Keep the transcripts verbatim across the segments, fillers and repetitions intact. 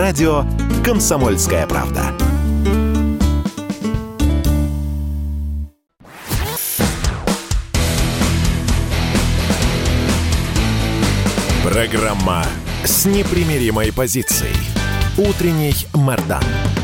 радио «Комсомольская правда». Программа с непримиримой позицией. Утренний Мардан.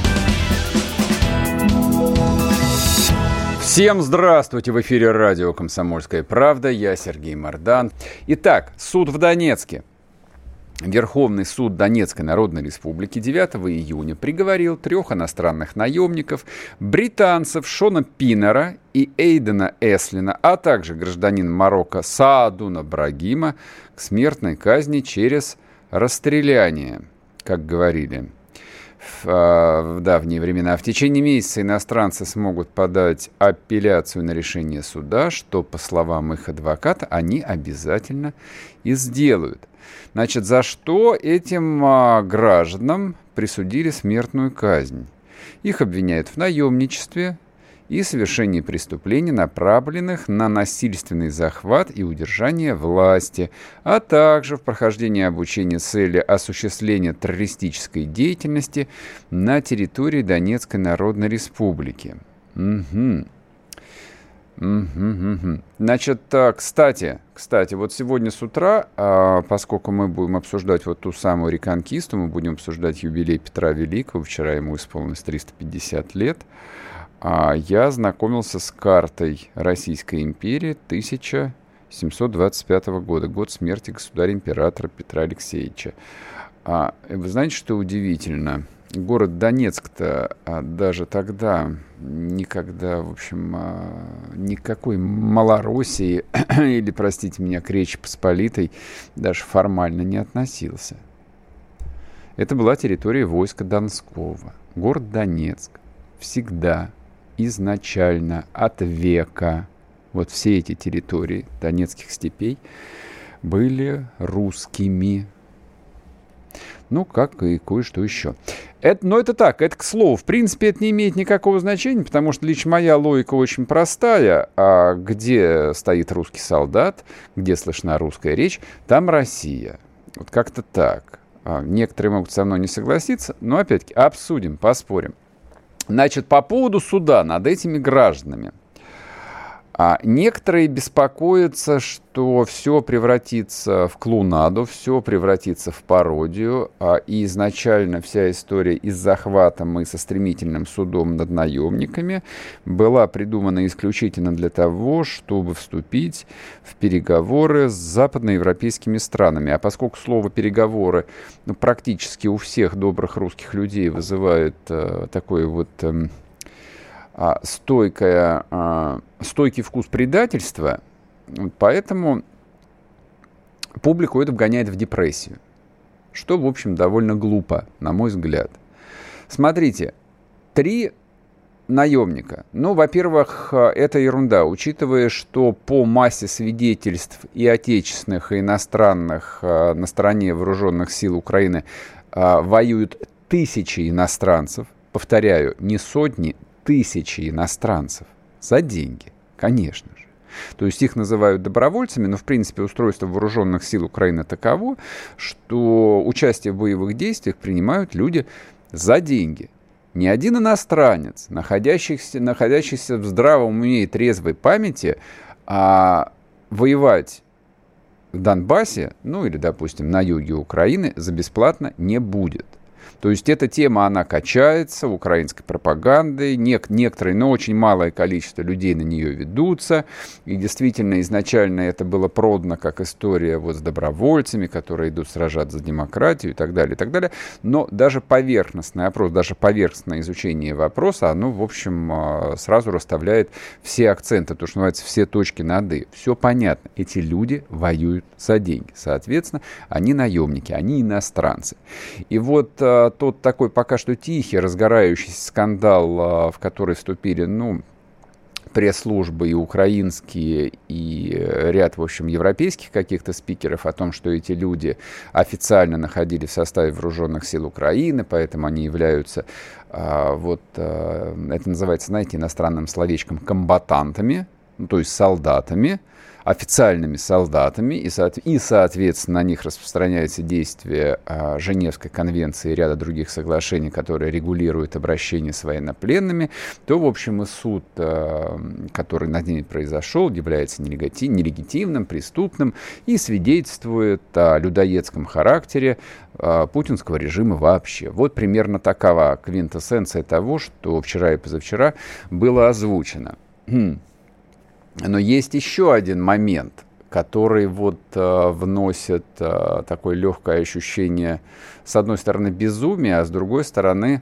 Всем здравствуйте! В эфире радио «Комсомольская правда». Я Сергей Мардан. Итак, суд в Донецке. Верховный суд Донецкой Народной Республики девятого июня приговорил трех иностранных наемников, британцев Шона Пиннера и Эйдена Эслина, а также гражданина Марокко Саадуна Брагима к смертной казни через расстреляние, как говорили в, в давние времена. В течение месяца иностранцы смогут подать апелляцию на решение суда, что, по словам их адвоката, они обязательно и сделают. Значит, за что этим а, гражданам присудили смертную казнь? Их обвиняют в наемничестве и совершении преступлений, направленных на насильственный захват и удержание власти, а также в прохождении обучения с целью осуществления террористической деятельности на территории Донецкой Народной Республики. Угу. Угу, угу. Значит, кстати, кстати, вот сегодня с утра, поскольку мы будем обсуждать вот ту самую реконкисту, мы будем обсуждать юбилей Петра Великого, вчера ему исполнилось триста пятьдесят лет, я ознакомился с картой Российской империи тысяча семьсот двадцать пятого года, год смерти государя-императора Петра Алексеевича. Вы знаете, что удивительно? Город Донецк-то даже тогда никогда, в общем, никакой Малороссии или, простите меня, к Речи Посполитой даже формально не относился. Это была территория войска Донского. Город Донецк всегда, изначально, от века, вот все эти территории Донецких степей были русскими. Ну, как и кое-что еще. Это, но это так, это к слову. В принципе, это не имеет никакого значения, потому что лично моя логика очень простая. А где стоит русский солдат, где слышна русская речь, там Россия. Вот как-то так. А, некоторые могут со мной не согласиться, но опять-таки обсудим, поспорим. Значит, по поводу суда над этими гражданами. А некоторые беспокоятся, что все превратится в клоунаду, все превратится в пародию, а, и изначально вся история и с захватом, и со стремительным судом над наемниками была придумана исключительно для того, чтобы вступить в переговоры с западноевропейскими странами. А поскольку слово «переговоры» ну, практически у всех добрых русских людей вызывает а, такой вот... А, Стойкая, стойкий вкус предательства, поэтому публику это вгоняет в депрессию, что, в общем, довольно глупо, на мой взгляд. Смотрите, три наемника. Ну, во-первых, это ерунда, учитывая, что по массе свидетельств и отечественных, и иностранных на стороне вооруженных сил Украины воюют тысячи иностранцев, повторяю, не сотни, тысячи иностранцев за деньги, конечно же. То есть их называют добровольцами, но, в принципе, устройство вооруженных сил Украины таково, что участие в боевых действиях принимают люди за деньги. Ни один иностранец, находящийся, находящийся в здравом уме и трезвой памяти, а воевать в Донбассе, ну или, допустим, на юге Украины, за бесплатно не будет. То есть эта тема, она качается украинской пропагандой, Нек- некоторые, но очень малое количество людей на нее ведутся, и действительно изначально это было продано как история вот с добровольцами, которые идут сражаться за демократию и так далее, и так далее, но даже поверхностный опрос, даже поверхностное изучение вопроса, оно, в общем, сразу расставляет все акценты, то, что называется, все точки над «и». Все понятно, эти люди воюют за деньги, соответственно, они наемники, они иностранцы. И вот тот такой пока что тихий, разгорающийся скандал, в который вступили, ну, пресс-службы и украинские, и ряд, в общем, европейских каких-то спикеров о том, что эти люди официально находились в составе вооруженных сил Украины, поэтому они являются, вот, это называется, знаете, иностранным словечком, комбатантами. ну, то есть солдатами, официальными солдатами, и, и, соответственно, на них распространяется действие а, Женевской конвенции и ряда других соглашений, которые регулируют обращение с военнопленными, то, в общем, и суд, а, который над ними произошел, является нелегити- нелегитимным, преступным и свидетельствует о людоедском характере а, путинского режима вообще. Вот примерно такова квинтэссенция того, что вчера и позавчера было озвучено. Но есть еще один момент, который вот э, вносит э, такое легкое ощущение, с одной стороны, безумия, а с другой стороны,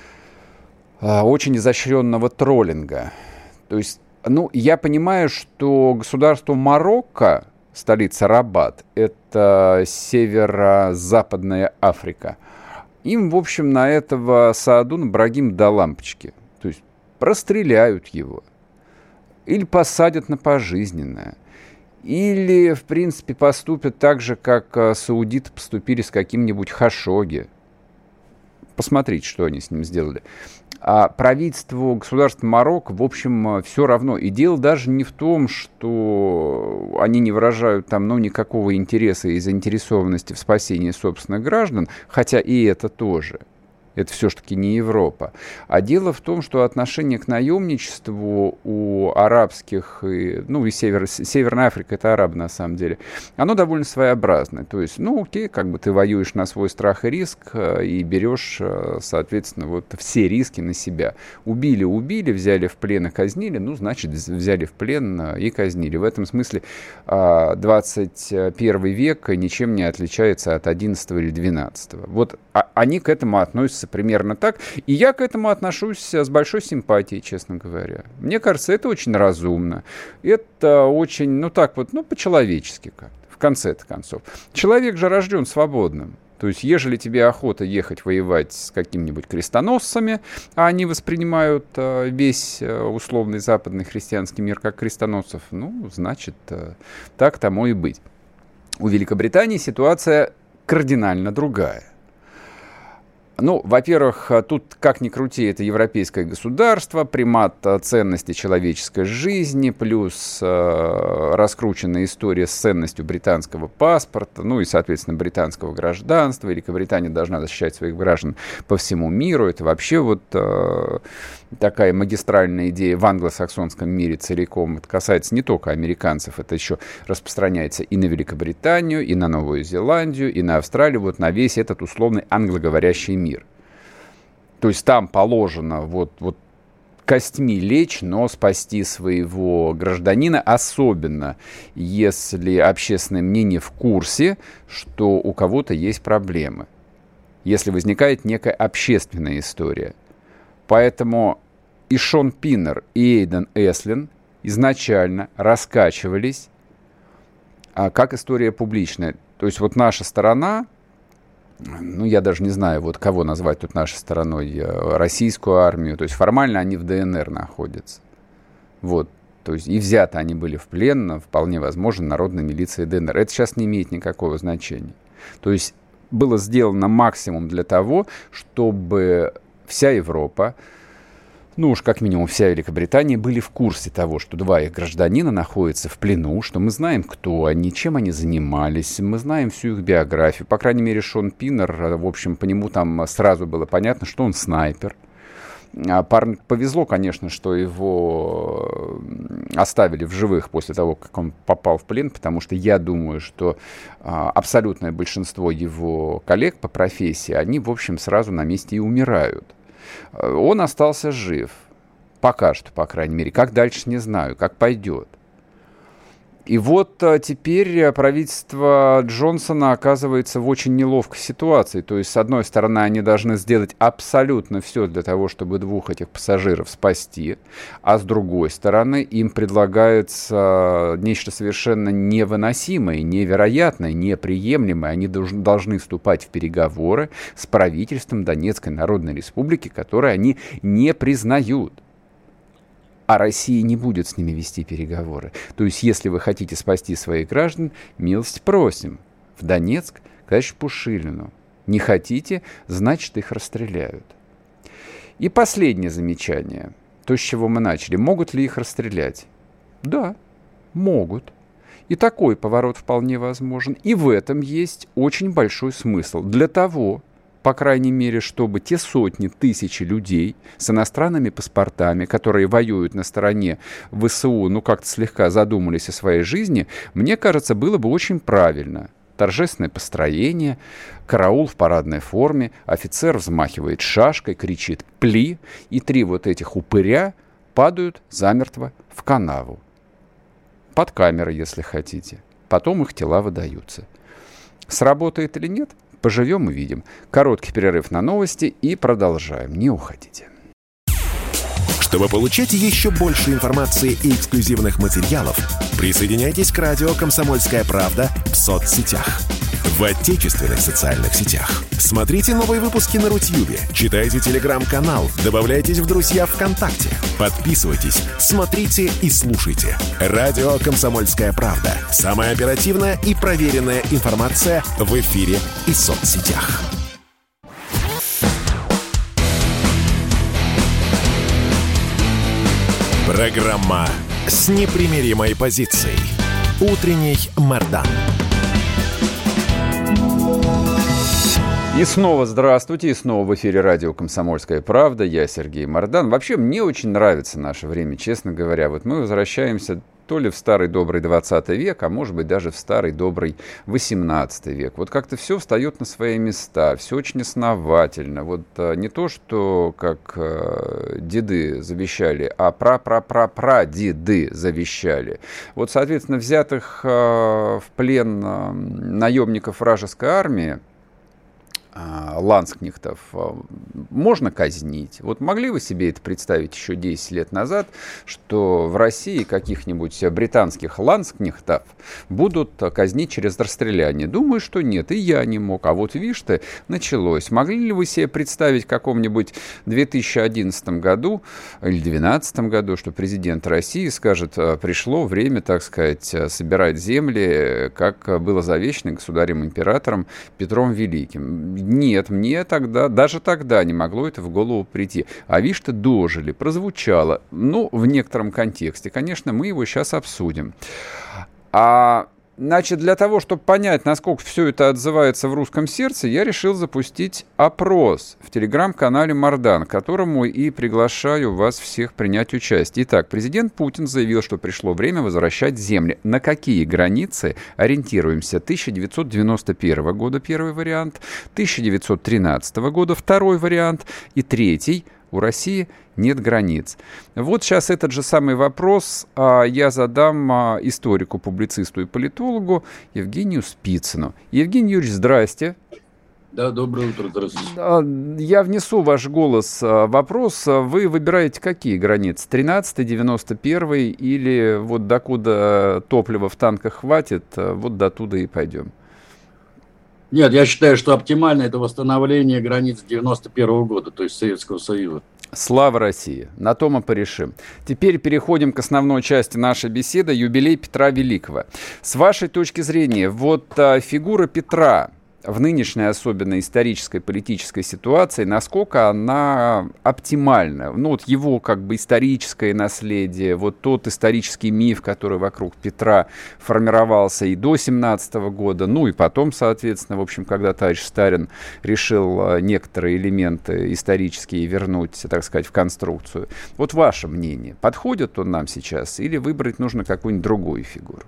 э, очень изощренного троллинга. То есть, ну, я понимаю, что государство Марокко, столица Рабат, это северо-западная Африка, им, в общем, на этого Саадун Ибрагим до лампочки. То есть простреляют его. Или посадят на пожизненное. Или, в принципе, поступят так же, как саудиты поступили с каким-нибудь Хашогги. Посмотрите, что они с ним сделали. А правительству государства Марокко, в общем, все равно. И дело даже не в том, что они не выражают там, ну, никакого интереса и заинтересованности в спасении собственных граждан, хотя и это тоже. Это все-таки не Европа. А дело в том, что отношение к наемничеству у арабских, и, ну и Север, Северная Африка, это арабы на самом деле, оно довольно своеобразное. То есть, ну окей, как бы ты воюешь на свой страх и риск и берешь, соответственно, вот все риски на себя. Убили, убили, взяли в плен и казнили, ну, значит, взяли в плен и казнили. В этом смысле двадцать первый век ничем не отличается от одиннадцатого или двенадцатого. Вот они к этому относятся примерно так. И я к этому отношусь с большой симпатией, честно говоря. Мне кажется, это очень разумно. Это очень, ну так вот, ну по-человечески как-то, в конце-то концов. Человек же рожден свободным. То есть, ежели тебе охота ехать воевать с какими-нибудь крестоносцами, а они воспринимают э, весь э, условный западный христианский мир как крестоносцев, ну, значит, э, так тому и быть. У Великобритании ситуация кардинально другая. Ну, во-первых, тут, как ни крути, это европейское государство, примат ценности человеческой жизни, плюс э, раскрученная история с ценностью британского паспорта, ну и, соответственно, британского гражданства. Великобритания должна защищать своих граждан по всему миру. Это вообще вот э, такая магистральная идея в англосаксонском мире целиком. Это касается не только американцев, это еще распространяется и на Великобританию, и на Новую Зеландию, и на Австралию, вот на весь этот условный англоговорящий мир. То есть там положено вот, вот костьми лечь, но спасти своего гражданина, особенно если общественное мнение в курсе, что у кого-то есть проблемы, если возникает некая общественная история. Поэтому и Шон Пиннер, и Эйден Эслин изначально раскачивались а, как история публичная. То есть вот наша сторона... Ну, я даже не знаю, вот кого назвать тут нашей стороной, российскую армию. То есть формально они в ДНР находятся. Вот. То есть и взяты они были в плен, вполне возможно, народной милицией ДНР. Это сейчас не имеет никакого значения. То есть было сделано максимум для того, чтобы вся Европа, ну уж как минимум вся Великобритания, были в курсе того, что два их гражданина находятся в плену, что мы знаем, кто они, чем они занимались, мы знаем всю их биографию. По крайней мере, Шон Пиннер, в общем, по нему там сразу было понятно, что он снайпер. Парню повезло, конечно, что его оставили в живых после того, как он попал в плен, потому что я думаю, что абсолютное большинство его коллег по профессии, они, в общем, сразу на месте и умирают. Он остался жив. Пока что, по крайней мере. Как дальше, не знаю. Как пойдет. И вот а, теперь правительство Джонсона оказывается в очень неловкой ситуации. То есть, с одной стороны, они должны сделать абсолютно все для того, чтобы двух этих пассажиров спасти. А с другой стороны, им предлагается нечто совершенно невыносимое, невероятное, неприемлемое. Они должны, должны вступать в переговоры с правительством Донецкой Народной Республики, которые они не признают. А Россия не будет с ними вести переговоры. То есть, если вы хотите спасти своих граждан, милость просим. В Донецк, конечно, Пушилину. Не хотите, значит, их расстреляют. И последнее замечание. То, с чего мы начали. Могут ли их расстрелять? Да, могут. И такой поворот вполне возможен. И в этом есть очень большой смысл. Для того, по крайней мере, чтобы те сотни тысяч людей с иностранными паспортами, которые воюют на стороне ВСУ, ну, как-то слегка задумались о своей жизни, мне кажется, было бы очень правильно. Торжественное построение, караул в парадной форме, офицер взмахивает шашкой, кричит «пли», и три вот этих упыря падают замертво в канаву. Под камерой, если хотите. Потом их тела выдаются. Сработает или нет? Поживем и видим. Короткий перерыв на новости и продолжаем. Не уходите. Чтобы получать еще больше информации и эксклюзивных материалов, присоединяйтесь к радио «Комсомольская правда» в соцсетях. В отечественных социальных сетях. Смотрите новые выпуски на Рутьюбе, читайте телеграм-канал, добавляйтесь в друзья ВКонтакте, подписывайтесь, смотрите и слушайте. Радио «Комсомольская правда». Самая оперативная и проверенная информация в эфире и соцсетях. Программа с непримиримой позицией. Утренний Мардан. И снова здравствуйте, и снова в эфире радио «Комсомольская правда». Я Сергей Мардан. Вообще, мне очень нравится наше время, честно говоря. Вот мы возвращаемся то ли в старый добрый двадцатый век, а может быть даже в старый добрый восемнадцатый век. Вот как-то все встает на свои места, все очень основательно. Вот не то, что как э, деды завещали, а пра-пра-пра-пра-деды завещали. Вот, соответственно, взятых э, в плен э, наемников вражеской армии, ландскнехтов, можно казнить. Вот могли вы себе это представить еще десять лет назад, что в России каких-нибудь британских ландскнехтов будут казнить через расстреляние? Думаю, что нет, и я не мог. А вот видишь ты, началось. Могли ли вы себе представить в каком-нибудь две тысячи одиннадцатом году или две тысячи двенадцатом году, что президент России скажет, пришло время, так сказать, собирать земли, как было завещано государем-императором Петром Великим? Нет, мне тогда, даже тогда не могло это в голову прийти. А видишь, ты дожили, прозвучало. Ну, в некотором контексте. Конечно, мы его сейчас обсудим. А, значит, для того, чтобы понять, насколько все это отзывается в русском сердце, я решил запустить опрос в телеграм-канале Мардан, к которому и приглашаю вас всех принять участие. Итак, президент Путин заявил, что пришло время возвращать земли. На какие границы ориентируемся? тысяча девятьсот девяносто первого года первый вариант, тысяча девятьсот тринадцатого года второй вариант и третий. У России нет границ. Вот сейчас этот же самый вопрос а, я задам а, историку, публицисту и политологу Евгению Спицыну. Евгений Юрьевич, здрасте. Да, доброе утро, здравствуйте. Я внесу ваш голос. Вопрос. Вы выбираете какие границы? тринадцатый, девяносто первый или вот докуда топлива в танках хватит, вот до туда и пойдем? Нет, я считаю, что оптимально это восстановление границ девяносто первого года, то есть Советского Союза. Слава России! На том и порешим. Теперь переходим к основной части нашей беседы. Юбилей Петра Великого. С вашей точки зрения, вот а, фигура Петра в нынешней особенно исторической политической ситуации, насколько она оптимальна? Ну, вот его как бы историческое наследие, вот тот исторический миф, который вокруг Петра формировался и до семнадцатого года, ну и потом, соответственно, в общем, когда товарищ Сталин решил некоторые элементы исторические вернуть, так сказать, в конструкцию. Вот ваше мнение, подходит он нам сейчас или выбрать нужно какую-нибудь другую фигуру?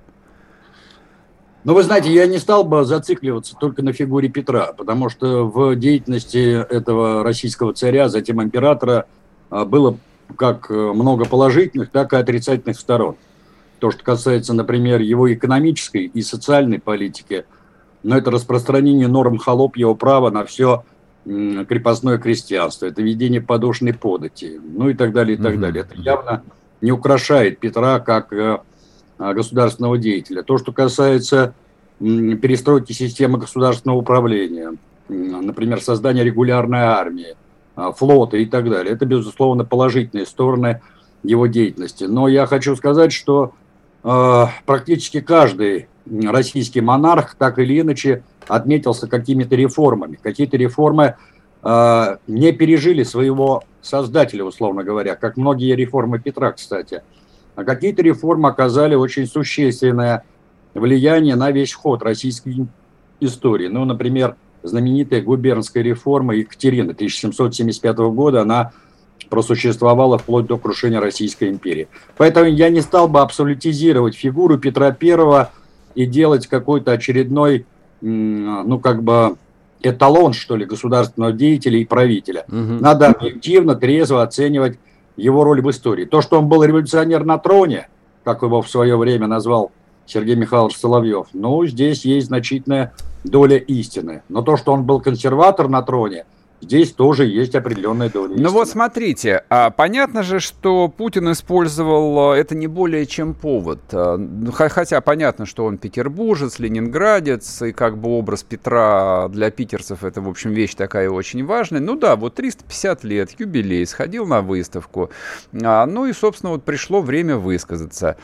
Ну, вы знаете, я не стал бы зацикливаться только на фигуре Петра, потому что в деятельности этого российского царя, затем императора, было как много положительных, так и отрицательных сторон. То, что касается, например, его экономической и социальной политики, но это распространение норм холопьего права на все крепостное крестьянство, это ведение подушной подати, ну и так далее, и так mm-hmm. далее. Это явно не украшает Петра как государственного деятеля. То, что касается перестройки системы государственного управления, например, создания регулярной армии, флота и так далее, это, безусловно, положительные стороны его деятельности. Но я хочу сказать, что э, практически каждый российский монарх так или иначе отметился какими-то реформами. Какие-то реформы э, не пережили своего создателя, условно говоря, как многие реформы Петра, кстати. а какие-то реформы оказали очень существенное влияние на весь ход российской истории. Ну, например, знаменитая губернская реформа Екатерины тысяча семьсот семьдесят пятого года, она просуществовала вплоть до крушения Российской империи. Поэтому я не стал бы абсолютизировать фигуру Петра Первого и делать какой-то очередной, ну, как бы, эталон, что ли, государственного деятеля и правителя. Угу. Надо объективно, трезво оценивать его роль в истории. То, что он был революционер на троне, как его в свое время назвал Сергей Михайлович Соловьев, ну, здесь есть значительная доля истины. Но то, что он был консерватор на троне, здесь тоже есть определенная доля истины. Ну вот смотрите, понятно же, что Путин использовал это не более чем повод. Хотя понятно, что он петербуржец, ленинградец, и как бы образ Петра для питерцев это, в общем, вещь такая очень важная. Ну да, вот триста пятьдесят лет, юбилей, сходил на выставку. Ну и, собственно, вот пришло время высказаться.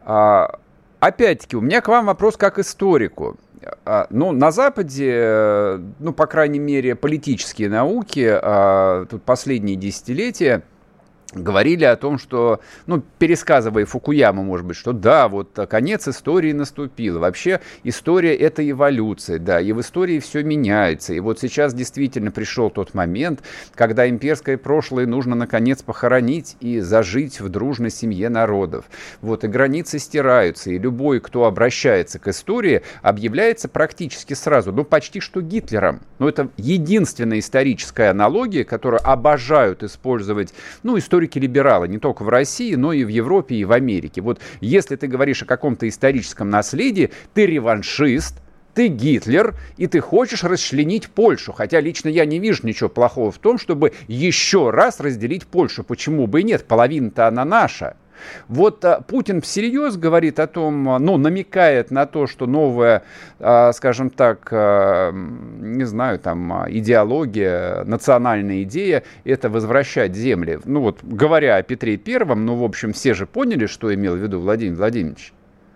Опять-таки, у меня к вам вопрос как историку. Ну, на Западе, ну, по крайней мере, политические науки, тут последние десятилетия говорили о том, что, ну, пересказывая Фукуяму, может быть, что да, вот конец истории наступил. Вообще история — это эволюция, да, и в истории все меняется. И вот сейчас действительно пришел тот момент, когда имперское прошлое нужно, наконец, похоронить и зажить в дружной семье народов. Вот, и границы стираются, и любой, кто обращается к истории, объявляется практически сразу, ну, почти что Гитлером. Но это единственная историческая аналогия, которую обожают использовать, ну, историки либералы не только в России, но и в Европе, и в Америке. Вот если ты говоришь о каком-то историческом наследии, ты реваншист, ты Гитлер, и ты хочешь расчленить Польшу. Хотя лично я не вижу ничего плохого в том, чтобы еще раз разделить Польшу. Почему бы и нет? Половина-то она наша. Вот а, Путин всерьез говорит о том, ну, намекает на то, что новая, а, скажем так, а, не знаю, там, идеология, национальная идея – это возвращать земли. Ну, вот, говоря о Петре Первом, ну, в общем, все же поняли, что имел в виду Владимир Владимирович.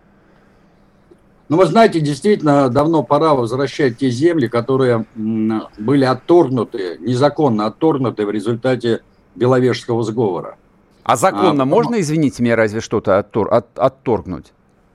Ну, вы знаете, действительно, давно пора возвращать те земли, которые м, были отторгнуты, незаконно отторгнуты в результате Беловежского сговора. А законно а, можно, извините меня, разве что-то оттор, от, отторгнуть?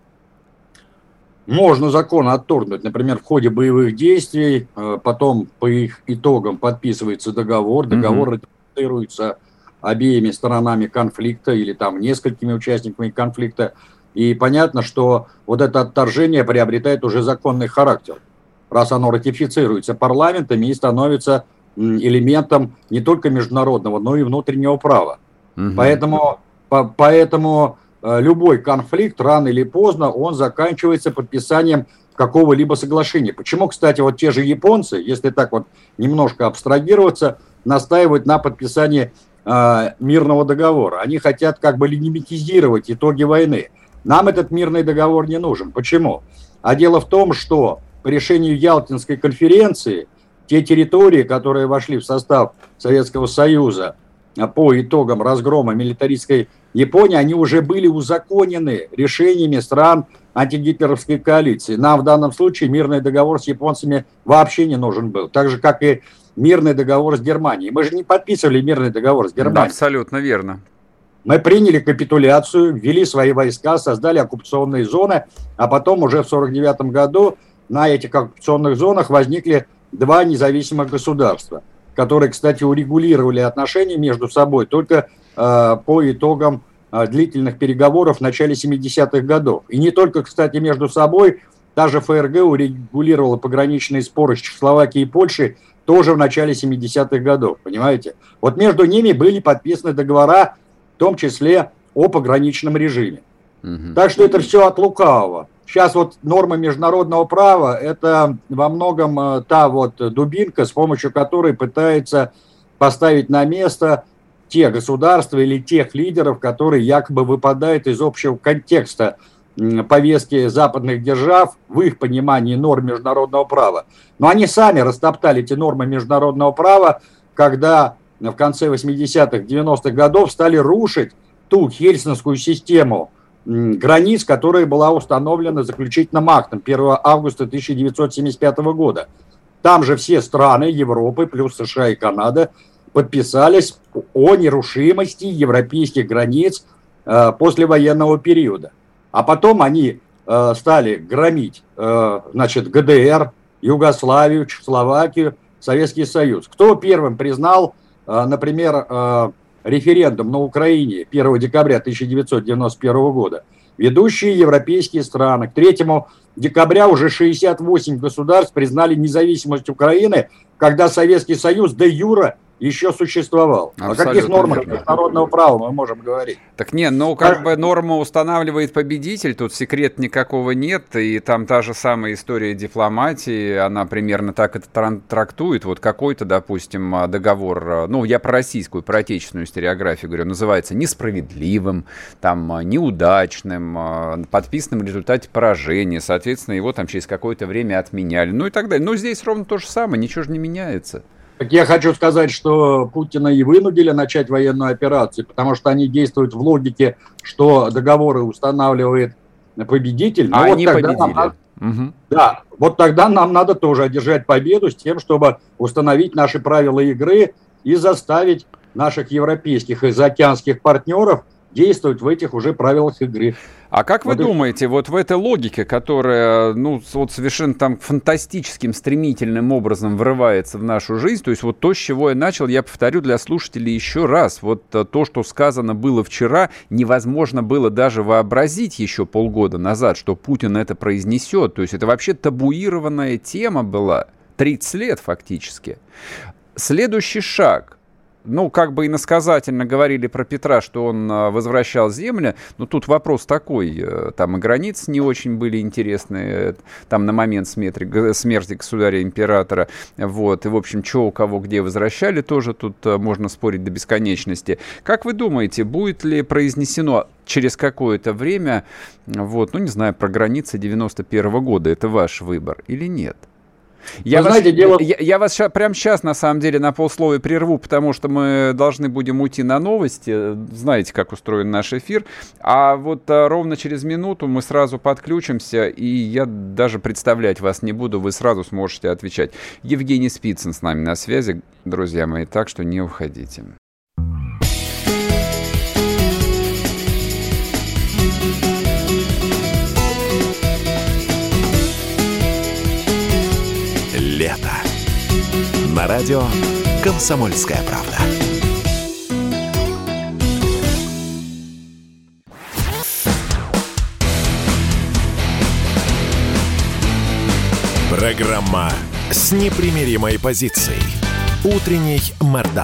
Можно законно отторгнуть. Например, в ходе боевых действий, потом по их итогам подписывается договор. Договор mm-hmm. ратифицируется обеими сторонами конфликта или там несколькими участниками конфликта. И понятно, что вот это отторжение приобретает уже законный характер, раз оно ратифицируется парламентами и становится элементом не только международного, но и внутреннего права. Угу. Поэтому, по, поэтому э, любой конфликт рано или поздно он заканчивается подписанием какого-либо соглашения. Почему, кстати, вот те же японцы, если так вот немножко абстрагироваться, настаивают на подписании э, мирного договора? Они хотят как бы лимитизировать итоги войны. Нам этот мирный договор не нужен. Почему? А дело в том, что по решению Ялтинской конференции те территории, которые вошли в состав Советского Союза по итогам разгрома милитаристской Японии, они уже были узаконены решениями стран антигитлеровской коалиции. Нам в данном случае мирный договор с японцами вообще не нужен был. Так же, как и мирный договор с Германией. Мы же не подписывали мирный договор с Германией. Да, абсолютно верно. Мы приняли капитуляцию, ввели свои войска, создали оккупационные зоны, а потом уже в сорок девятом году на этих оккупационных зонах возникли два независимых государства, которые, кстати, урегулировали отношения между собой только э, по итогам э, длительных переговоров в начале семидесятых годов. И не только, кстати, между собой, та же ФРГ урегулировала пограничные споры с Чехословакией и Польшей тоже в начале семидесятых годов, понимаете? Вот между ними были подписаны договора, в том числе о пограничном режиме. Угу. Так что это все от лукавого. Сейчас вот нормы международного права – это во многом та вот дубинка, с помощью которой пытается поставить на место те государства или тех лидеров, которые якобы выпадают из общего контекста повестки западных держав в их понимании норм международного права. Но они сами растоптали эти нормы международного права, когда в конце восьмидесятых, девяностых годов стали рушить ту хельсинскую систему границ, которая была установлена заключительным актом первого августа тысяча девятьсот семьдесят пятого года. Там же все страны Европы, плюс США и Канада, подписались о нерушимости европейских границ э, послевоенного периода. А потом они э, стали громить, э, значит, ГДР, Югославию, Чехословакию, Советский Союз. Кто первым признал, э, например, э, референдум на Украине первого декабря тысяча девятьсот девяносто первого года? Ведущие европейские страны. К третьему декабря уже шестьдесят восемь государств признали независимость Украины, когда Советский Союз де юре еще существовал. Абсолютно. О каких нормах верно. Международного права мы можем говорить? Так нет, ну как а... бы норму устанавливает победитель, тут секрет никакого нет, и там та же самая история дипломатии, она примерно так это трактует. Вот какой-то, допустим, договор, ну я про российскую, про отечественную историографию говорю, называется несправедливым, там, неудачным, подписанным в результате поражения, соответственно, его там через какое-то время отменяли, ну и так далее. Но здесь ровно то же самое, ничего же не меняется. Так я хочу сказать, что Путина и вынудили начать военную операцию, потому что они действуют в логике, что договоры устанавливает победитель. А вот они победили. Нам, угу. Да, вот тогда нам надо тоже одержать победу с тем, чтобы установить наши правила игры и заставить наших европейских и заокеанских партнеров действовать в этих уже правилах игры. А как вы вот думаете, и... вот в этой логике, которая, ну, вот совершенно там фантастическим, стремительным образом врывается в нашу жизнь, то есть вот то, с чего я начал, я повторю для слушателей еще раз, вот то, что сказано было вчера, невозможно было даже вообразить еще полгода назад, что Путин это произнесет, то есть это вообще табуированная тема была, тридцать лет фактически. Следующий шаг. Ну, как бы иносказательно говорили про Петра, что он возвращал земли, но тут вопрос такой, там и границы не очень были интересны, там на момент смерти, смерти государя-императора, вот, и, в общем, что у кого где возвращали, тоже тут можно спорить до бесконечности. Как вы думаете, будет ли произнесено через какое-то время, вот, ну, не знаю, про границы девяносто первого года, это ваш выбор или нет? Я, знаете, вас, дело... я, я вас ща, прямо сейчас, на самом деле, на полслова прерву, потому что мы должны будем уйти на новости. Знаете, как устроен наш эфир. А вот а, ровно через минуту мы сразу подключимся, и я даже представлять вас не буду, вы сразу сможете отвечать. Евгений Спицын с нами на связи, друзья мои, так что не уходите. Лето. На радио «Комсомольская правда». Программа с непримиримой позицией. Утренний Мардан.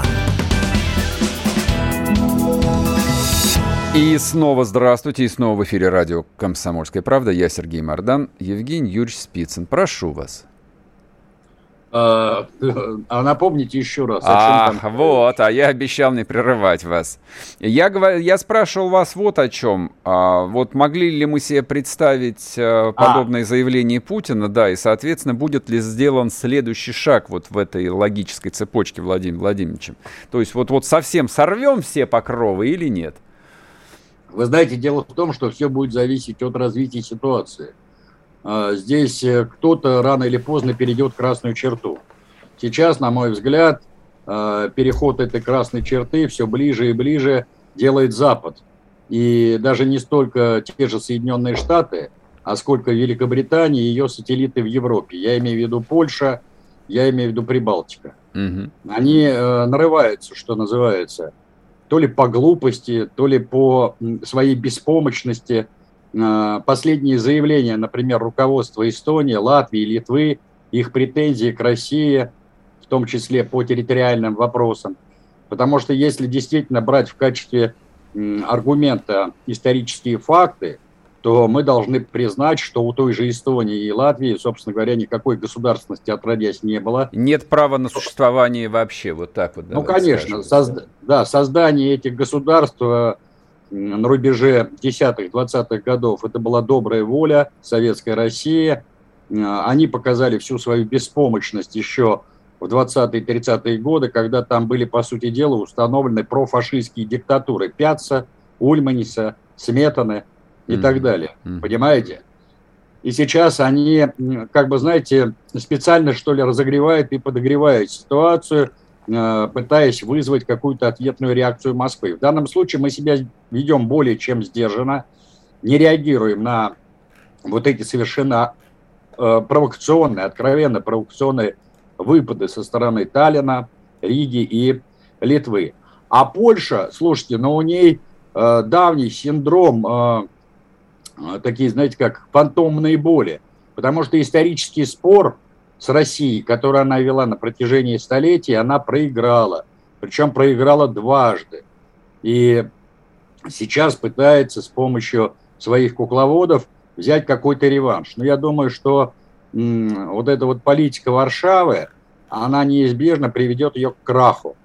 И снова здравствуйте, и снова в эфире радио «Комсомольская правда». Я Сергей Мардан, Евгений Юрьевич Спицын. Прошу вас. А, а напомните еще раз. Ах, там... вот, а я обещал не прерывать вас. Я, говор... я спрашивал вас вот о чем. А, вот могли ли мы себе представить а, подобное а. заявление Путина, да, и, соответственно, будет ли сделан следующий шаг вот в этой логической цепочке Владимиром Владимировичем? То есть вот, вот совсем сорвем все покровы или нет? Вы знаете, дело в том, что все будет зависеть от развития ситуации. Здесь кто-то рано или поздно перейдет красную черту. Сейчас, на мой взгляд, переход этой красной черты все ближе и ближе делает Запад. И даже не столько те же Соединенные Штаты, а сколько Великобритания и ее сателлиты в Европе. Я имею в виду Польша, я имею в виду Прибалтика. Угу. Они нарываются, что называется, то ли по глупости, то ли по своей беспомощности. Последние заявления, например, руководства Эстонии, Латвии, Литвы, их претензии к России, в том числе по территориальным вопросам. Потому что если действительно брать в качестве аргумента исторические факты, то мы должны признать, что у той же Эстонии и Латвии, собственно говоря, никакой государственности отродясь не было. Нет права на существование вообще, вот так вот. Ну, конечно, созда- да, создание этих государств на рубеже десятых-двадцатых годов, это была добрая воля советской России. Они показали всю свою беспомощность еще в двадцатые-тридцатые годы, когда там были, по сути дела, установлены профашистские диктатуры Пятца, Ульманиса, Сметаны и mm-hmm. так далее. Mm-hmm. Понимаете? И сейчас они, как бы, знаете, специально, что ли, разогревают и подогревают ситуацию, пытаясь вызвать какую-то ответную реакцию Москвы. В данном случае мы себя ведем более чем сдержанно, не реагируем на вот эти совершенно провокационные, откровенно провокационные выпады со стороны Таллина, Риги и Литвы. А Польша, слушайте, ну у ней э, давний синдром, э, такие, знаете, как фантомные боли, потому что исторический спор с Россией, который она вела на протяжении столетий, она проиграла, причем проиграла дважды. И сейчас пытается с помощью своих кукловодов взять какой-то реванш. Но я думаю, что м, вот эта вот политика Варшавы, она неизбежно приведет ее к краху.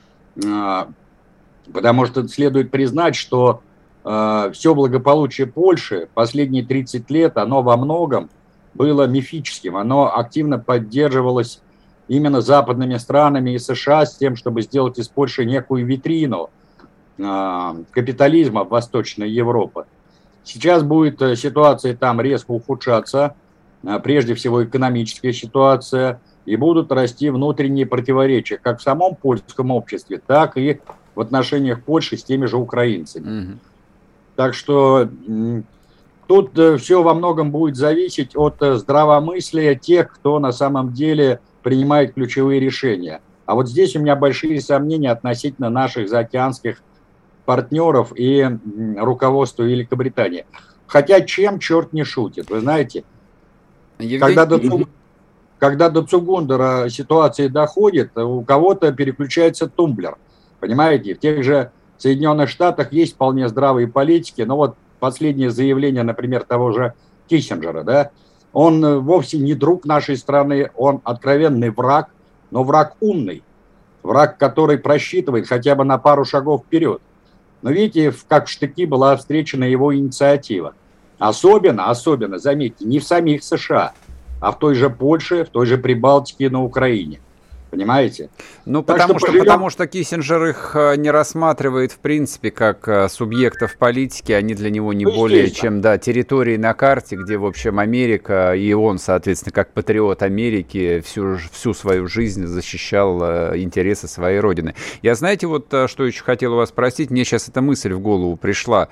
Потому что следует признать, что э, все благополучие Польши последние тридцать лет, оно во многом было мифическим. Оно активно поддерживалось именно западными странами и США с тем, чтобы сделать из Польши некую витрину э, капитализма Восточной Европы. Сейчас будет ситуация там резко ухудшаться, э, прежде всего экономическая ситуация, и будут расти внутренние противоречия как в самом польском обществе, так и в отношениях Польши с теми же украинцами. Mm-hmm. Так что тут все во многом будет зависеть от здравомыслия тех, кто на самом деле принимает ключевые решения. А вот здесь у меня большие сомнения относительно наших заокеанских партнеров и руководства Великобритании. Хотя чем черт не шутит, вы знаете, Евгений... когда до Когда до Цугундера ситуация доходит, у кого-то переключается тумблер. Понимаете, в тех же Соединенных Штатах есть вполне здравые политики, но вот последнее заявление, например, того же Киссинджера, да, он вовсе не друг нашей страны, он откровенный враг, но враг умный, враг, который просчитывает хотя бы на пару шагов вперед. Но видите, как в штыки была встречена его инициатива. Особенно, особенно, заметьте, не в самих США, а в той же Польше, в той же Прибалтике и на Украине. Понимаете? Ну, потому что, что, потому что Киссинджер их не рассматривает, в принципе, как субъектов политики. Они для него не ну, более чем, да, территории на карте, где, в общем, Америка, и он, соответственно, как патриот Америки, всю, всю свою жизнь защищал интересы своей родины. Я, знаете, вот что еще хотел у вас спросить. Мне сейчас эта мысль в голову пришла.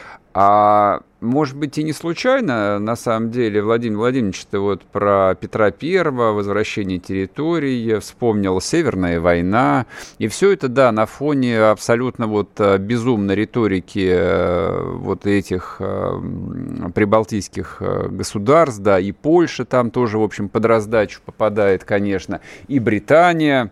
А может быть и не случайно, на самом деле, Владимир Владимирович, ты вот про Петра Первого, возвращение территорий, вспомнил Северная война, и все это, да, на фоне абсолютно вот безумной риторики вот этих прибалтийских государств, да, и Польша там тоже, в общем, под раздачу попадает, конечно, и Британия.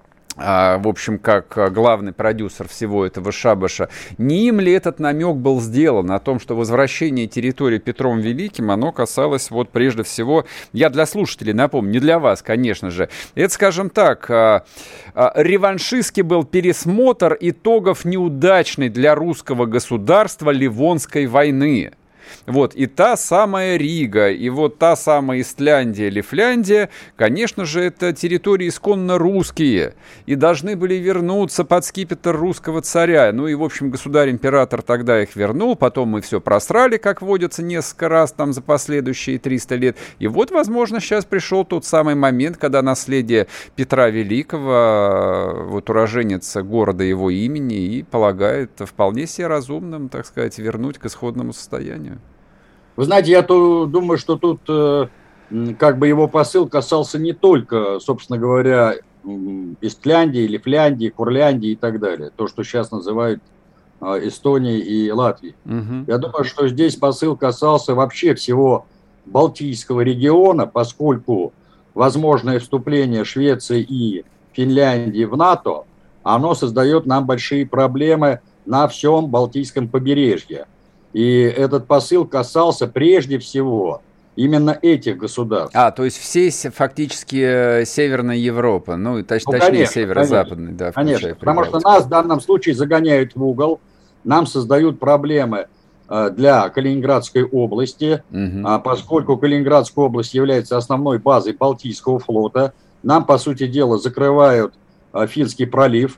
В общем, как главный продюсер всего этого шабаша, не им ли этот намек был сделан о том, что возвращение территории Петром Великим, оно касалось вот прежде всего, я для слушателей напомню, не для вас, конечно же, это, скажем так, реваншистский был пересмотр итогов неудачной для русского государства Ливонской войны. Вот, и та самая Рига, и вот та самая Исляндия, Лифляндия, конечно же, это территории исконно русские, и должны были вернуться под скипетр русского царя. Ну и, в общем, государь-император тогда их вернул, потом мы все просрали, как водится, несколько раз там за последующие триста лет. И вот, возможно, сейчас пришел тот самый момент, когда наследие Петра Великого, вот уроженец города его имени, и полагает вполне себе разумным, так сказать, вернуть к исходному состоянию. Вы знаете, я то думаю, что тут э, как бы его посыл касался не только, собственно говоря, Исляндии, Лифляндии, Курляндии и так далее. То, что сейчас называют э, Эстонией и Латвией. Угу. Я думаю, что здесь посыл касался вообще всего Балтийского региона, поскольку возможное вступление Швеции и Финляндии в НАТО, оно создает нам большие проблемы на всем Балтийском побережье. И этот посыл касался прежде всего именно этих государств. А, то есть всей фактически Северной Европы, ну, точ, ну точнее конечно, Северо-Западной. Конечно, да, конечно, потому что нас в данном случае загоняют в угол, нам создают проблемы для Калининградской области, угу. поскольку Калининградская область является основной базой Балтийского флота, нам, по сути дела, закрывают Финский пролив.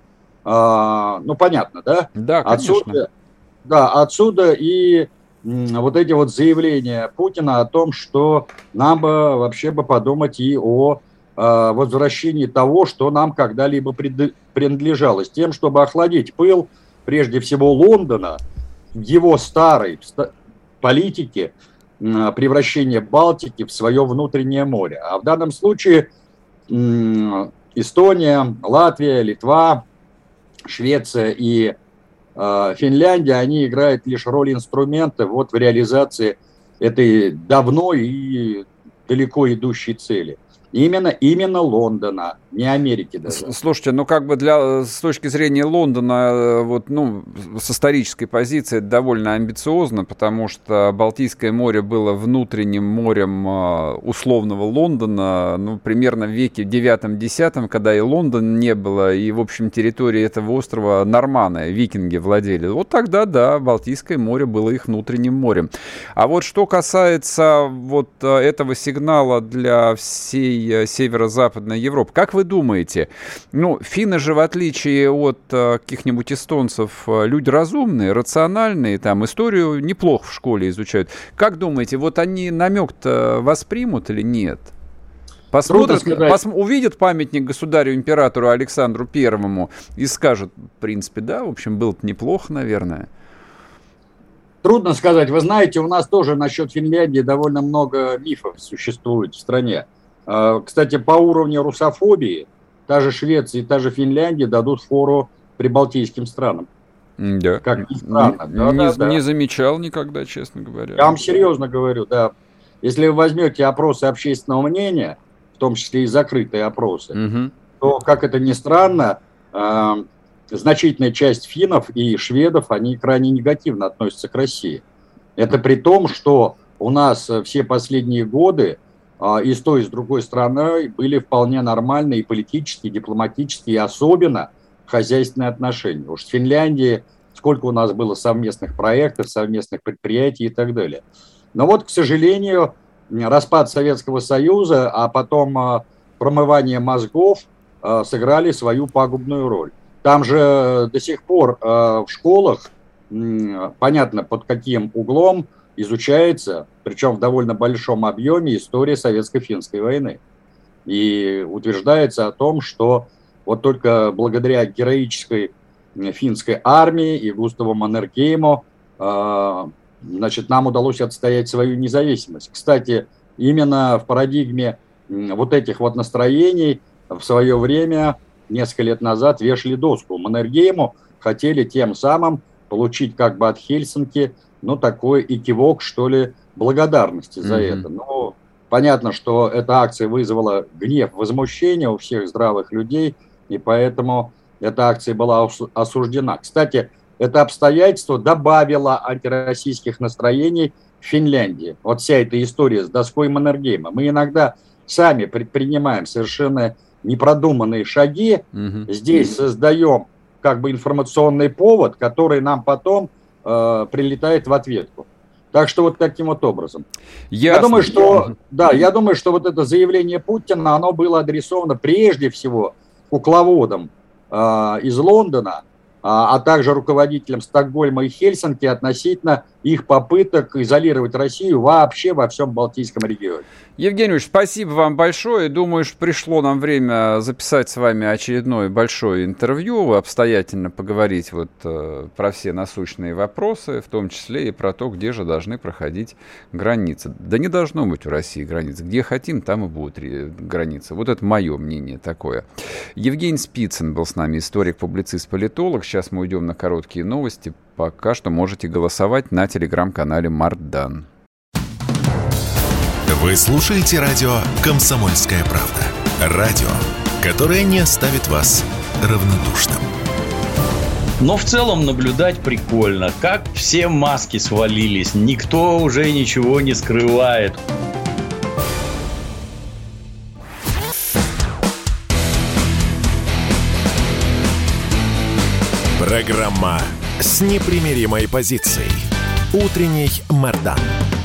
Ну, понятно, да? Да, конечно. Отсюда, да, отсюда и вот эти вот заявления Путина о том, что нам бы вообще бы подумать и о возвращении того, что нам когда-либо принадлежало, с тем, чтобы охладить пыл, прежде всего, Лондона, его старой политики превращения Балтики в свое внутреннее море. А в данном случае Эстония, Латвия, Литва, Швеция и э, Финляндия, они играют лишь роль инструмента вот в реализации этой давно и далеко идущей цели. Именно, именно Лондона, не Америки даже. Слушайте, ну как бы для, с точки зрения Лондона, вот, ну, с исторической позиции это довольно амбициозно, потому что Балтийское море было внутренним морем условного Лондона, ну, примерно в веке девятом-десятом, когда и Лондона не было, и, в общем, территории этого острова норманы, викинги владели. Вот тогда, да, Балтийское море было их внутренним морем. А вот что касается вот этого сигнала для всей северо-западной Европы. Как вы думаете, ну, финны же, в отличие от а, каких-нибудь эстонцев, люди разумные, рациональные, там, историю неплохо в школе изучают. Как думаете, вот они намек-то воспримут или нет? Посмотрят, пос, увидят памятник государю-императору Александру Первому и скажут, в принципе, да, в общем, было-то неплохо, наверное. Трудно сказать. Вы знаете, у нас тоже насчет Финляндии довольно много мифов существует в стране. Кстати, по уровню русофобии та же Швеция и та же Финляндия дадут фору прибалтийским странам. Да. Как ни странно. Не, да, не, да, да. не замечал никогда, честно говоря. Я вам серьезно говорю, да. Если вы возьмете опросы общественного мнения, в том числе и закрытые опросы, угу. то, как это ни странно, э, значительная часть финнов и шведов, они крайне негативно относятся к России. Это при том, что у нас все последние годы и с той, и с другой стороной были вполне нормальные и политические, и дипломатические, и особенно хозяйственные отношения. Уж в Финляндии сколько у нас было совместных проектов, совместных предприятий и так далее. Но вот, к сожалению, распад Советского Союза, а потом промывание мозгов сыграли свою пагубную роль. Там же до сих пор в школах, понятно, под каким углом изучается, причем в довольно большом объеме, история Советско-финской войны. И утверждается о том, что вот только благодаря героической финской армии и Густаву Маннергейму значит, нам удалось отстоять свою независимость. Кстати, именно в парадигме вот этих вот настроений в свое время, несколько лет назад, вешали доску. Маннергейму хотели тем самым получить как бы от Хельсинки ну, такой и кивок, что ли, благодарности за mm-hmm. это. Но понятно, что эта акция вызвала гнев, возмущение у всех здравых людей, и поэтому эта акция была осуждена. Кстати, это обстоятельство добавило антироссийских настроений в Финляндии. Вот вся эта история с доской Маннергейма. Мы иногда сами предпринимаем совершенно непродуманные шаги, mm-hmm. здесь создаем как бы информационный повод, который нам потом прилетает в ответку. Так что вот таким вот образом. Ясно. Я думаю, что да, я думаю, что вот это заявление Путина, оно было адресовано прежде всего кукловодам э, из Лондона, э, а также руководителям Стокгольма и Хельсинки относительно их попыток изолировать Россию вообще во всем Балтийском регионе. Евгений Ильич, спасибо вам большое. Думаю, что пришло нам время записать с вами очередное большое интервью, обстоятельно поговорить вот э, про все насущные вопросы, в том числе и про то, где же должны проходить границы. Да не должно быть у России границ. Где хотим, там и будут границы. Вот это мое мнение такое. Евгений Спицын был с нами, историк, публицист, политолог. Сейчас мы уйдем на короткие новости. Пока что можете голосовать на телеграм-канале Мардан. Вы слушаете радио «Комсомольская правда». Радио, которое не оставит вас равнодушным. Но в целом наблюдать прикольно, как все маски свалились, никто уже ничего не скрывает. Программа с непримиримой позицией. Утренний Мардан.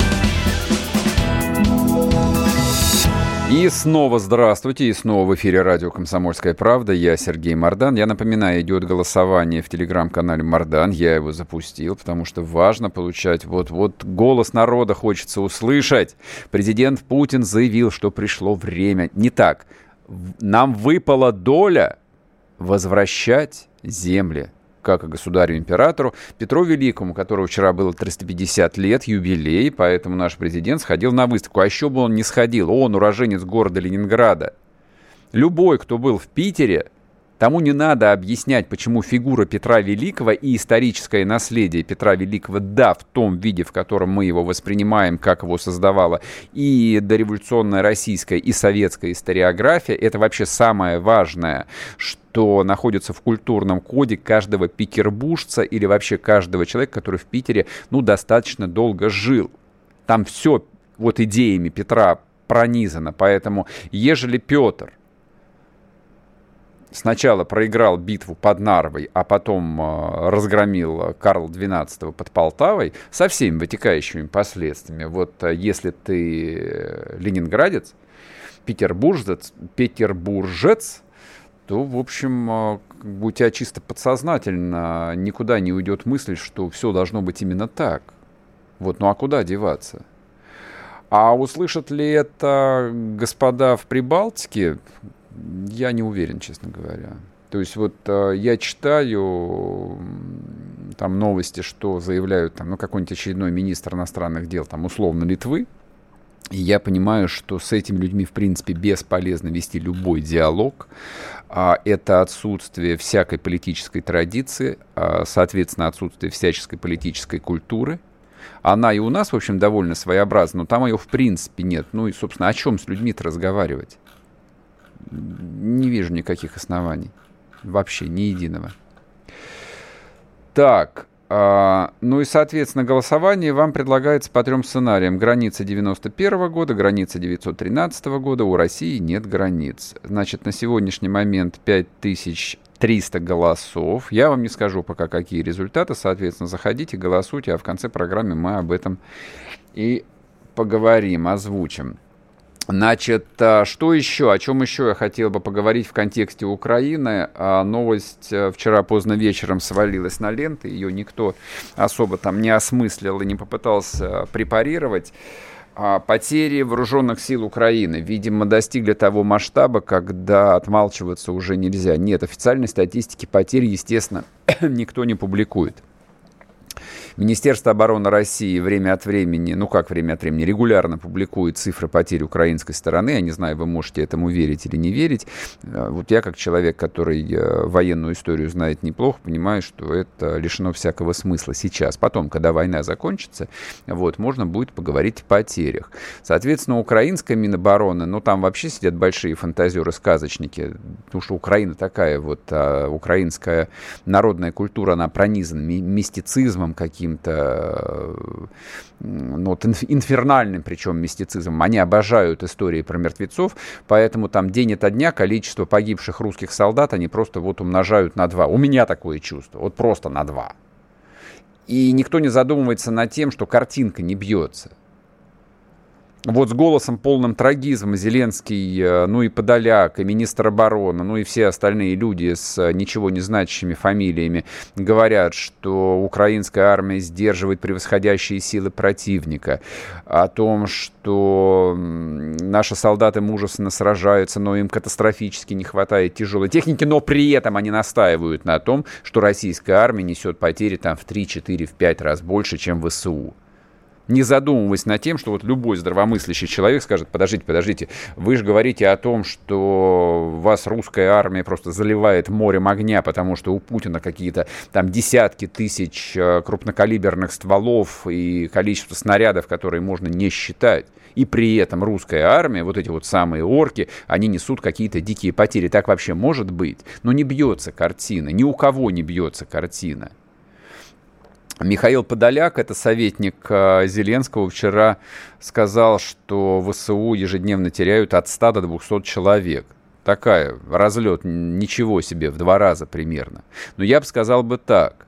И снова здравствуйте, и снова в эфире радио «Комсомольская правда». Я Сергей Мардан. Я напоминаю, идет голосование в телеграм-канале Мардан. Я его запустил, потому что важно получать. Вот-вот голос народа хочется услышать. Президент Путин заявил, что пришло время. Не так. нам выпала доля возвращать земли, как и государю-императору Петру Великому, которого вчера было триста пятьдесят лет, юбилей, поэтому наш президент сходил на выставку. А еще бы он не сходил, он уроженец города Ленинграда. Любой, кто был в Питере, тому не надо объяснять, почему фигура Петра Великого и историческое наследие Петра Великого, да, в том виде, в котором мы его воспринимаем, как его создавала и дореволюционная российская, и советская историография, это вообще самое важное, что находится в культурном коде каждого петербуржца или вообще каждого человека, который в Питере, ну, достаточно долго жил. Там все вот идеями Петра пронизано, поэтому ежели Петр сначала проиграл битву под Нарвой, а потом э, разгромил Карла двенадцатого под Полтавой со всеми вытекающими последствиями. Вот э, если ты ленинградец, петербуржец, петербуржец, то, в общем, э, у тебя чисто подсознательно никуда не уйдет мысль, что все должно быть именно так. Вот, ну а куда деваться? А услышат ли это господа в Прибалтике? Я не уверен, честно говоря. То есть вот э, я читаю там новости, что заявляют там, ну, какой-нибудь очередной министр иностранных дел, там, условно, Литвы, и я понимаю, что с этими людьми, в принципе, бесполезно вести любой диалог. А это отсутствие всякой политической традиции, а, соответственно, отсутствие всяческой политической культуры. Она и у нас, в общем, довольно своеобразна, но там ее в принципе нет. Ну и, собственно, о чем с людьми-то разговаривать? Не вижу никаких оснований. Вообще, ни единого. Так, э, ну и, соответственно, голосование вам предлагается по трем сценариям. Граница девяносто первого года, граница девятьсот тринадцатого года, у России нет границ. Значит, на сегодняшний момент пять тысяч триста голосов. Я вам не скажу пока, какие результаты. Соответственно, заходите, голосуйте, а в конце программы мы об этом и поговорим, озвучим. Значит, что еще, о чем еще я хотел бы поговорить в контексте Украины? Новость вчера поздно вечером свалилась на ленты, ее никто особо там не осмыслил и не попытался препарировать. Потери вооруженных сил Украины, видимо, достигли того масштаба, когда отмалчиваться уже нельзя. Нет, официальной статистики потерь, естественно, никто не публикует. Министерство обороны России время от времени, ну как время от времени, регулярно публикует цифры потерь украинской стороны. Я не знаю, вы можете этому верить или не верить. Вот я, как человек, который военную историю знает неплохо, понимаю, что это лишено всякого смысла сейчас. Потом, когда война закончится, вот, можно будет поговорить о потерях. Соответственно, украинская Минобороны, ну там вообще сидят большие фантазеры-сказочники, потому что Украина такая вот, а, украинская народная культура, она пронизана ми- мистицизмом каким каким-то, ну, вот, инфернальным, причем, мистицизмом. Они обожают истории про мертвецов, поэтому там день ото дня количество погибших русских солдат они просто вот умножают на два. У меня такое чувство, вот просто на два. И никто не задумывается над тем, что картинка не бьется. Вот с голосом полным трагизма Зеленский, ну и Подоляк, и министр обороны, ну и все остальные люди с ничего не значащими фамилиями говорят, что украинская армия сдерживает превосходящие силы противника, о том, что наши солдаты мужественно сражаются, но им катастрофически не хватает тяжелой техники, но при этом они настаивают на том, что российская армия несет потери там в три, четыре, в пять раз больше, чем ВСУ. Не задумываясь над тем, что вот любой здравомыслящий человек скажет: подождите, подождите, вы же говорите о том, что вас русская армия просто заливает морем огня, потому что у Путина какие-то там десятки тысяч крупнокалиберных стволов и количество снарядов, которые можно не считать. И при этом русская армия, вот эти вот самые орки, они несут какие-то дикие потери. Так вообще может быть? Но не бьется картина, ни у кого не бьется картина. Михаил Подоляк, это советник Зеленского, вчера сказал, что ВСУ ежедневно теряют от ста до двухсот человек. Такая, разлет, ничего себе, в два раза примерно. Но я бы сказал бы так.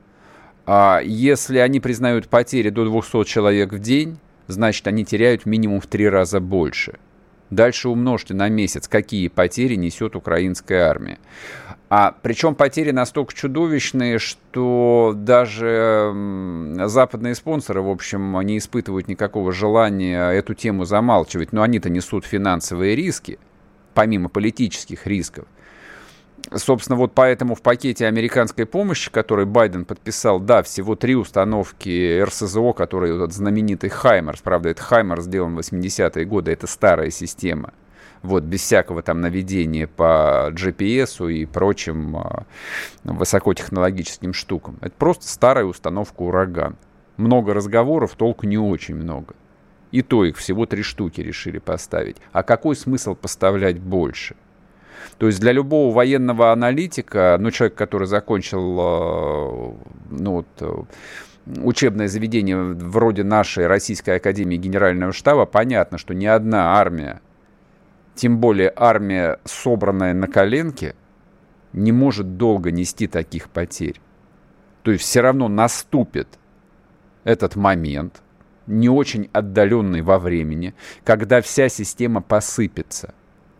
Если они признают потери до двухсот человек в день, значит, они теряют минимум в три раза больше. Дальше умножьте на месяц, какие потери несет украинская армия. А причем потери настолько чудовищные, что даже западные спонсоры, в общем, не испытывают никакого желания эту тему замалчивать. Но они-то несут финансовые риски. помимо политических рисков. Собственно, вот поэтому в пакете американской помощи, который Байден подписал, да, всего три установки эр эс зэ о, которые вот знаменитый «Хаймарс». Правда, это «Хаймарс» сделан в восьмидесятые годы, это старая система. Вот, без всякого там наведения по джи пи эс и прочим а, высокотехнологическим штукам. Это просто старая установка «Ураган». Много разговоров, толку не очень много. И то их всего три штуки решили поставить. А какой смысл поставлять больше? То есть для любого военного аналитика, ну, человек, который закончил ну, вот, учебное заведение вроде нашей Российской академии Генерального штаба, понятно, что ни одна армия, тем более армия, собранная на коленке, не может долго нести таких потерь. То есть все равно наступит этот момент, не очень отдаленный во времени, когда вся система посыпется.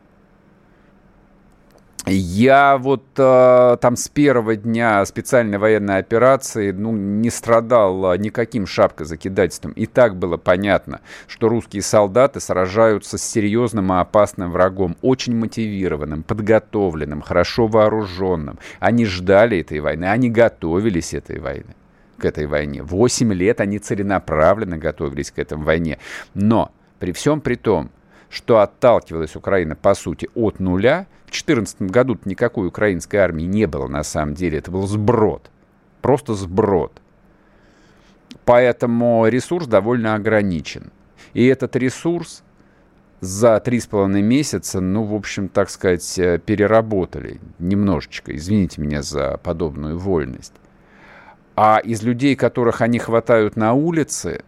Я вот э, там с первого дня специальной военной операции ну, не страдал никаким шапкозакидательством. И так было понятно, что русские солдаты сражаются с серьезным и опасным врагом, очень мотивированным, подготовленным, хорошо вооруженным. Они ждали этой войны, они готовились этой войны, к этой войне. Восемь лет они целенаправленно готовились к этой войне. Но при всем при том, что отталкивалась Украина, по сути, от нуля. В две тысячи четырнадцатом году никакой украинской армии не было, на самом деле. Это был сброд. Просто сброд. Поэтому ресурс довольно ограничен. И этот ресурс за три с половиной месяца, ну, в общем, так сказать, переработали немножечко. Извините меня за подобную вольность. А из людей, которых они хватают на улице,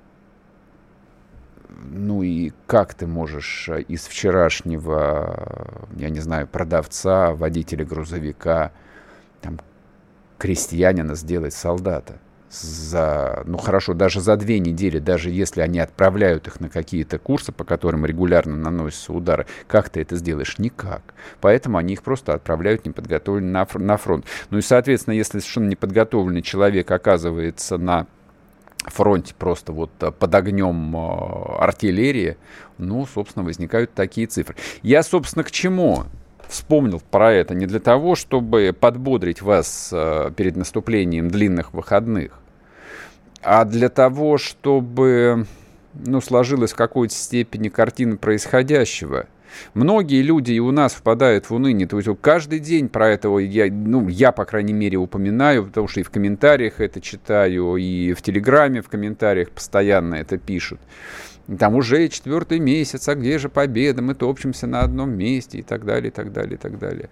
ну и как ты можешь из вчерашнего, я не знаю, продавца, водителя грузовика, там, крестьянина сделать солдата? За, ну хорошо, даже за две недели, даже если они отправляют их на какие-то курсы, по которым регулярно наносятся удары, как ты это сделаешь? Никак. Поэтому они их просто отправляют неподготовленными на, на фронт. Ну и, соответственно, если совершенно неподготовленный человек оказывается на фронте просто вот под огнем артиллерии, ну, собственно, возникают такие цифры. Я, собственно, к чему вспомнил про это? Не для того, чтобы подбодрить вас перед наступлением длинных выходных, а для того, чтобы, ну, сложилась в какой-то степени картина происходящего. Многие люди и у нас впадают в уныние. То есть каждый день про это я, ну, я, по крайней мере, упоминаю, потому что и в комментариях это читаю, и в Телеграме в комментариях постоянно это пишут. Там уже четвертый месяц, а где же победа? Мы топчемся на одном месте и так далее, и так далее, и так далее.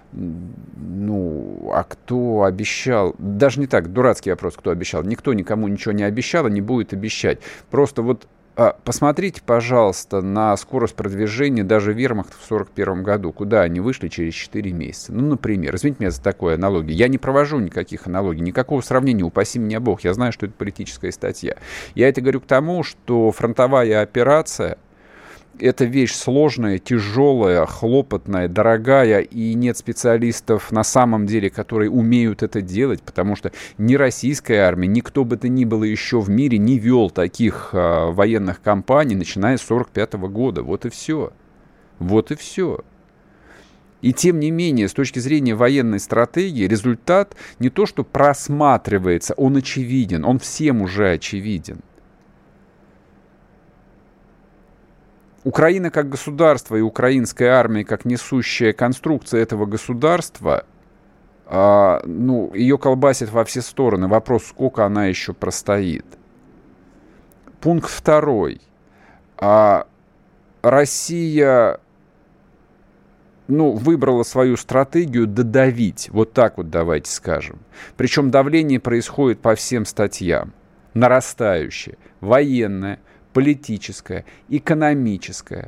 Ну, а кто обещал? Даже не так, дурацкий вопрос, кто обещал. Никто никому ничего не обещал и не будет обещать. Просто вот А, посмотрите, пожалуйста, на скорость продвижения даже вермахта в сорок первом году, куда они вышли через четыре месяца. Ну, например, извините меня за такую аналогию. Я не провожу никаких аналогий, никакого сравнения, упаси меня Бог. Я знаю, что это политическая статья. Я это говорю к тому, что фронтовая операция — это вещь сложная, тяжелая, хлопотная, дорогая, и нет специалистов на самом деле, которые умеют это делать, потому что ни российская армия, ни кто бы то ни было еще в мире не вел таких а, военных кампаний, начиная с сорок пятого года. Вот и все. Вот и все. И тем не менее, с точки зрения военной стратегии, результат не то что просматривается, он очевиден, он всем уже очевиден. Украина как государство и украинская армия как несущая конструкция этого государства, а, ну, ее колбасит во все стороны. Вопрос, сколько она еще простоит. Пункт второй. А, Россия, ну, выбрала свою стратегию додавить. Вот так вот давайте скажем. Причем давление происходит по всем статьям. Нарастающее. Военное, политическое, экономическое.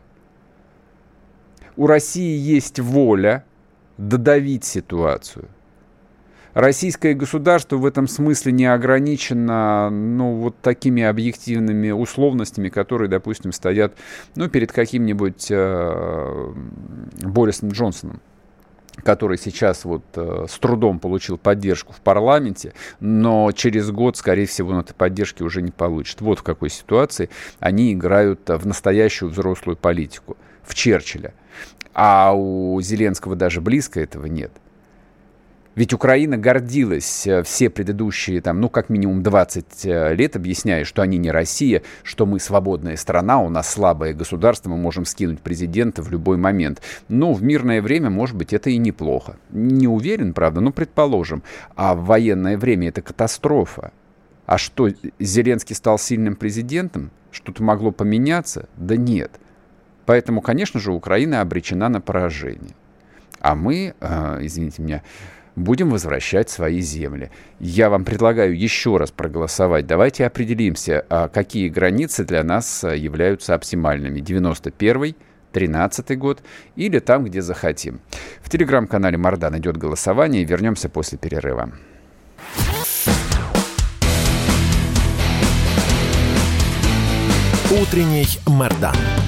У России есть воля додавить ситуацию. Российское государство в этом смысле не ограничено, ну, вот такими объективными условностями, которые, допустим, стоят, ну, перед каким-нибудь э, Борисом Джонсоном, который сейчас вот э, с трудом получил поддержку в парламенте, но через год, скорее всего, он этой поддержки уже не получит. Вот в какой ситуации они играют в настоящую взрослую политику, в Черчилля. А у Зеленского даже близко этого нет. Ведь Украина гордилась все предыдущие, там, ну, как минимум двадцать лет, объясняя, что они не Россия, что мы свободная страна, у нас слабое государство, мы можем скинуть президента в любой момент. Ну, в мирное время, может быть, это и неплохо. Не уверен, правда, но предположим. А в военное время это катастрофа. А что, Зеленский стал сильным президентом? Что-то могло поменяться? Да нет. Поэтому, конечно же, Украина обречена на поражение. А мы, э, извините меня, будем возвращать свои земли. Я вам предлагаю еще раз проголосовать. Давайте определимся, какие границы для нас являются оптимальными. девяносто первый, тринадцатый год или там, где захотим. В телеграм-канале Мардан идет голосование. Вернемся после перерыва. Утренний Мардан.